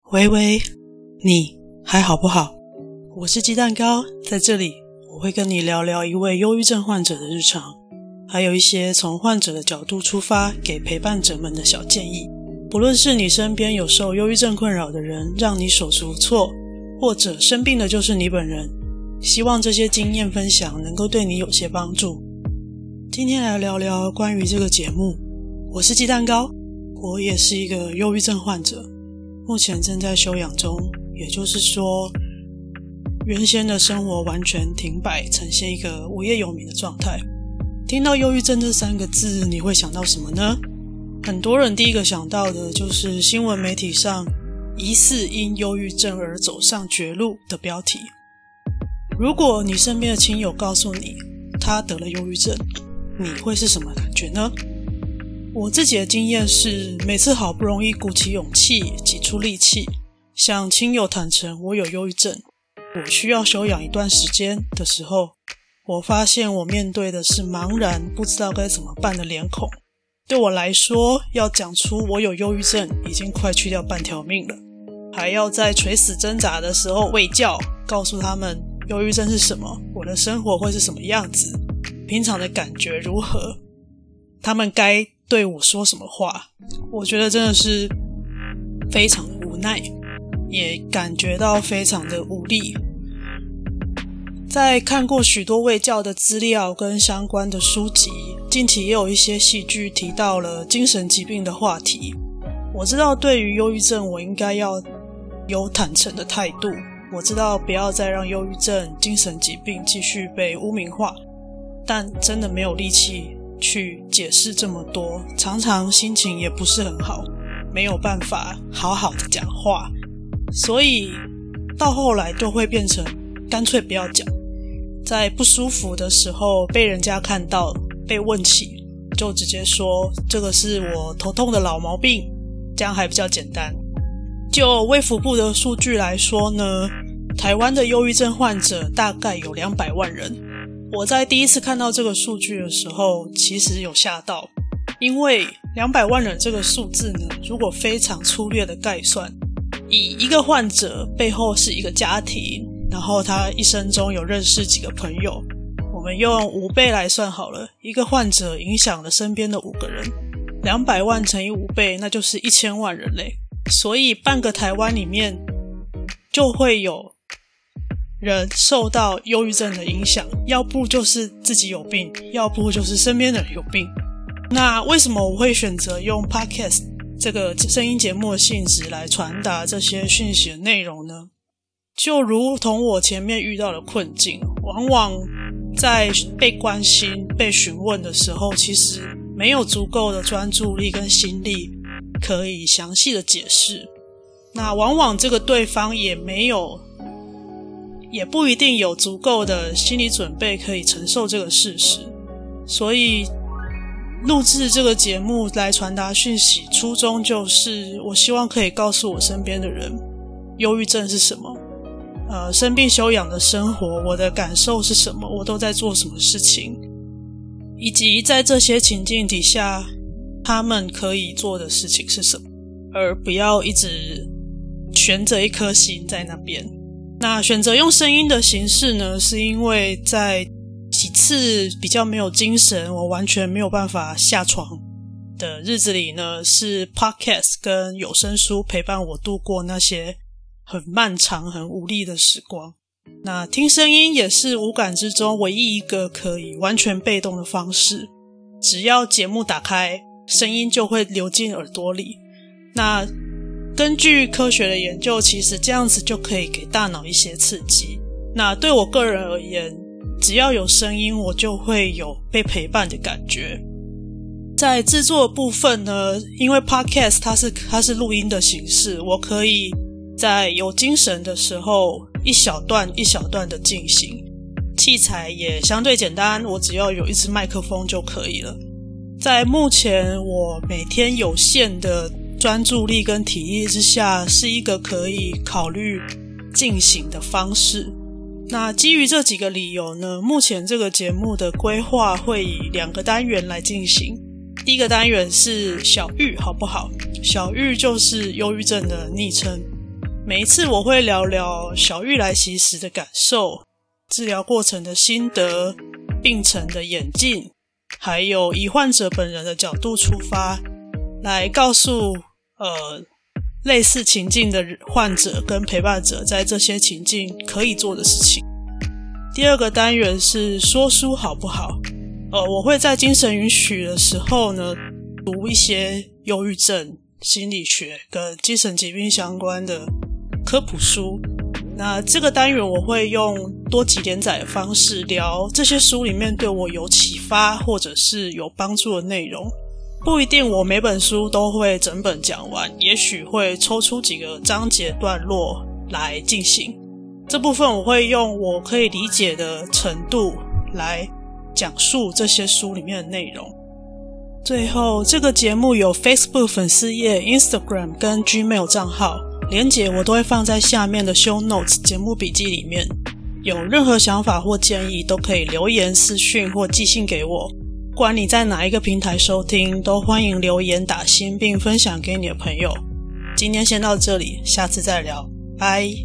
喂喂，你还好不好？我是鸡蛋糕，在这里我会跟你聊聊一位忧郁症患者的日常，还有一些从患者的角度出发给陪伴者们的小建议。不论是你身边有受忧郁症困扰的人，让你手足无措，或者生病的就是你本人，希望这些经验分享能够对你有些帮助。今天来聊聊关于这个节目。我是鸡蛋糕，我也是一个忧郁症患者，目前正在休养中，也就是说原先的生活完全停摆，呈现一个无业游民的状态。听到忧郁症这三个字，你会想到什么呢？很多人第一个想到的就是新闻媒体上疑似因忧郁症而走上绝路的标题。如果你身边的亲友告诉你他得了忧郁症，你会是什么感觉呢？我自己的经验是，每次好不容易鼓起勇气挤出力气向亲友坦诚我有忧郁症，我需要休养一段时间的时候，我发现我面对的是茫然不知道该怎么办的脸孔。对我来说，要讲出我有忧郁症已经快去掉半条命了，还要在垂死挣扎的时候卫教，告诉他们忧郁症是什么，我的生活会是什么样子，平常的感觉如何，他们该对我说什么话。我觉得真的是非常的无奈，也感觉到非常的无力。在看过许多卫教的资料跟相关的书籍，近期也有一些戏剧提到了精神疾病的话题。我知道对于忧郁症我应该要有坦诚的态度，我知道不要再让忧郁症、精神疾病继续被污名化，但真的没有力气去解释这么多，常常心情也不是很好，没有办法好好的讲话，所以到后来就会变成干脆不要讲，在不舒服的时候被人家看到被问起，就直接说这个是我头痛的老毛病，这样还比较简单。就卫福部的数据来说呢，台湾的忧郁症患者大概有200万人。我在第一次看到这个数据的时候，其实有吓到，因为200万人这个数字呢，如果非常粗略的概算，以一个患者背后是一个家庭，然后他一生中有认识几个朋友，我们用5倍来算好了，一个患者影响了身边的5个人，200万乘以5倍，那就是1000万人类。所以半个台湾里面就会有人受到忧郁症的影响，要不就是自己有病，要不就是身边的人有病。那为什么我会选择用 Podcast 这个声音节目的性质来传达这些讯息的内容呢？就如同我前面遇到的困境，往往在被关心、被询问的时候，其实没有足够的专注力跟心力可以详细的解释。那往往这个对方也不一定有足够的心理准备可以承受这个事实。所以录制这个节目来传达讯息，初衷就是我希望可以告诉我身边的人忧郁症是什么，生病休养的生活，我的感受是什么，我都在做什么事情，以及在这些情境底下他们可以做的事情是什么，而不要一直悬着一颗心在那边。那选择用声音的形式呢，是因为在几次比较没有精神，我完全没有办法下床的日子里呢，是 Podcast 跟有声书陪伴我度过那些很漫长很无力的时光。那听声音也是五感之中唯一一个可以完全被动的方式，只要节目打开，声音就会流进耳朵里。那根据科学的研究，其实这样子就可以给大脑一些刺激。那对我个人而言，只要有声音，我就会有被陪伴的感觉。在制作的部分呢，因为 Podcast 它是录音的形式，我可以在有精神的时候一小段一小段的进行，器材也相对简单，我只要有一支麦克风就可以了。在目前我每天有限的专注力跟体力之下，是一个可以考虑进行的方式。那基于这几个理由呢，目前这个节目的规划会以2个单元来进行。第一个单元是小玉好不好？小玉就是忧郁症的昵称。 每一次我会聊聊小玉来袭时的感受，治疗过程的心得，病程的演进，还有以患者本人的角度出发，来告诉类似情境的患者跟陪伴者在这些情境可以做的事情。第二个单元是说书好不好？我会在精神允许的时候呢，读一些忧郁症、心理学跟精神疾病相关的科普书。那这个单元我会用多集连载的方式聊这些书里面对我有启发或者是有帮助的内容。不一定我每本书都会整本讲完，也许会抽出几个章节段落来进行。这部分我会用我可以理解的程度来讲述这些书里面的内容。最后，这个节目有 Facebook 粉丝页、Instagram 跟 Gmail 账号，连结我都会放在下面的 Show Notes 节目笔记里面。有任何想法或建议都可以留言、私讯或寄信给我。不管你在哪一个平台收听，都欢迎留言打星并分享给你的朋友。今天先到这里，下次再聊，拜。